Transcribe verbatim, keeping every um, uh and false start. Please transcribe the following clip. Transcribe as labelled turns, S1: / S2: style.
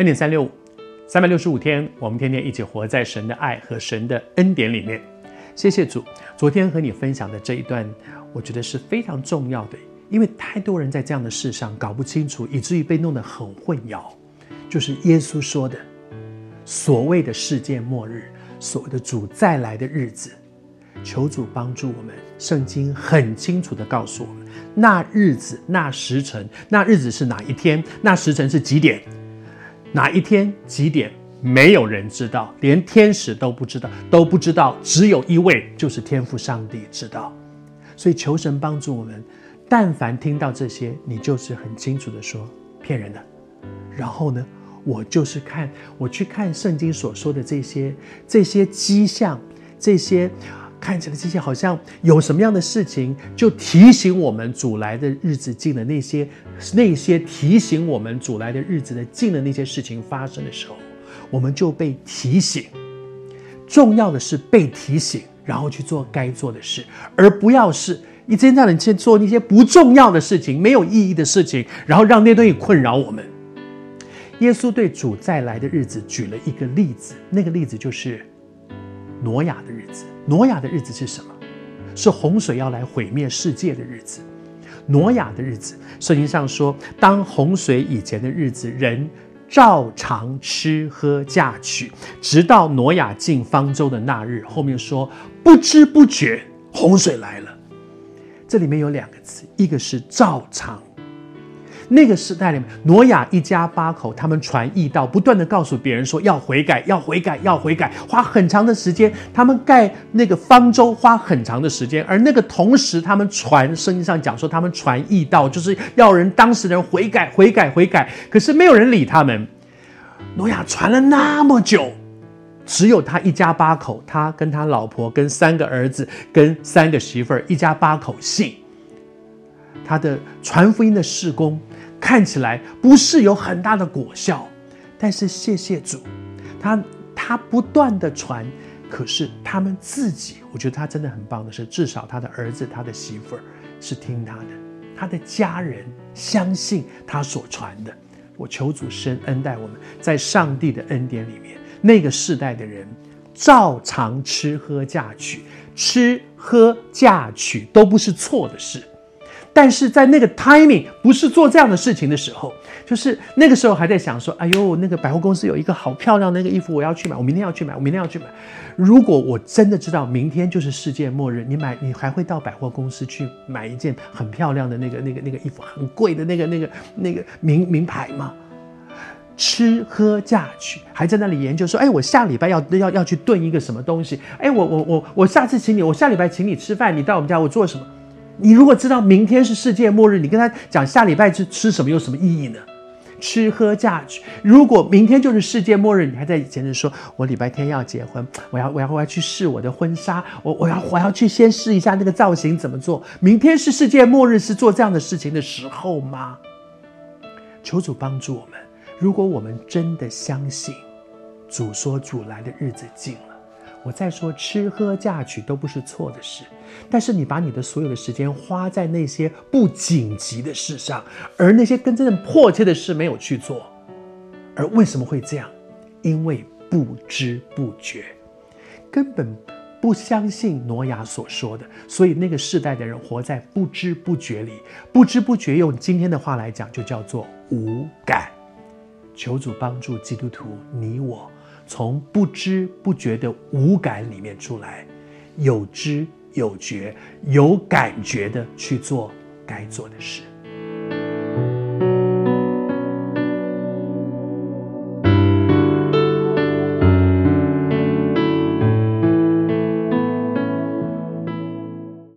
S1: 恩典三六五，三百六十五天，我们天天一起活在神的爱和神的恩典里面。谢谢主，昨天和你分享的这一段，我觉得是非常重要的，因为太多人在这样的事上搞不清楚，以至于被弄得很混淆。就是耶稣说的，所谓的世界末日，所谓的主再来的日子，求主帮助我们。圣经很清楚地告诉我们，那日子、那时辰，那日子是哪一天，那时辰是几点，哪一天几点，没有人知道，连天使都不知道，都不知道，只有一位，就是天父上帝知道。所以求神帮助我们，但凡听到这些，你就是很清楚地说骗人的。然后呢，我就是看我去看圣经所说的这些这些迹象，这些看起来这些好像有什么样的事情，就提醒我们主来的日子近了，那些那些提醒我们主来的日子的近了那些事情发生的时候，我们就被提醒。重要的是被提醒，然后去做该做的事，而不要是一天到晚去做那些不重要的事情，没有意义的事情，然后让那东西困扰我们。耶稣对主再来的日子举了一个例子，那个例子就是挪亚的日子。挪亚的日子是什么？是洪水要来毁灭世界的日子。挪亚的日子，圣经上说，当洪水以前的日子，人照常吃喝嫁娶，直到挪亚进方舟的那日。后面说，不知不觉洪水来了。这里面有两个字，一个是照常。那个时代里面，挪亚一家八口，他们传义道，不断的告诉别人说要悔改，要悔改，要悔改，花很长的时间。他们盖那个方舟花很长的时间，而那个同时他们传，圣经上讲说他们传义道，就是要人当时人悔改，悔改，悔改。可是没有人理他们。挪亚传了那么久，只有他一家八口，他跟他老婆跟三个儿子跟三个媳妇儿，一家八口信。他的传福音的事工看起来不是有很大的果效，但是谢谢主，他他不断的传，可是他们自己，我觉得他真的很棒的是，至少他的儿子他的媳妇儿是听他的，他的家人相信他所传的。我求主深恩待我们，在上帝的恩典里面，那个世代的人照常吃喝嫁娶，吃喝嫁娶都不是错的事，但是在那个 timing 不是做这样的事情的时候，就是那个时候还在想说，哎呦，那个百货公司有一个好漂亮的那个衣服，我要去买，我明天要去买，我明天要去买。如果我真的知道明天就是世界末日，你买你还会到百货公司去买一件很漂亮的那个那个那个衣服，很贵的那个那个那个名名牌吗？吃喝嫁娶，还在那里研究说，哎，我下礼拜要要要去炖一个什么东西，哎，我我我我下次请你，我下礼拜请你吃饭，你到我们家我做什么？你如果知道明天是世界末日，你跟他讲下礼拜吃吃什么有什么意义呢？吃喝嫁娶，如果明天就是世界末日，你还在前面说，我礼拜天要结婚，我要我要我要去试我的婚纱，我我要我要去先试一下那个造型怎么做。明天是世界末日，是做这样的事情的时候吗？求主帮助我们，如果我们真的相信主说主来的日子近了，我再说吃喝嫁娶都不是错的事，但是你把你的所有的时间花在那些不紧急的事上，而那些真正迫切的事没有去做。而为什么会这样？因为不知不觉，根本不相信挪亚所说的，所以那个世代的人活在不知不觉里。不知不觉用今天的话来讲，就叫做无感。求主帮助基督徒你我从不知不觉的无感里面出来，有知有觉有感觉的去做该做的事。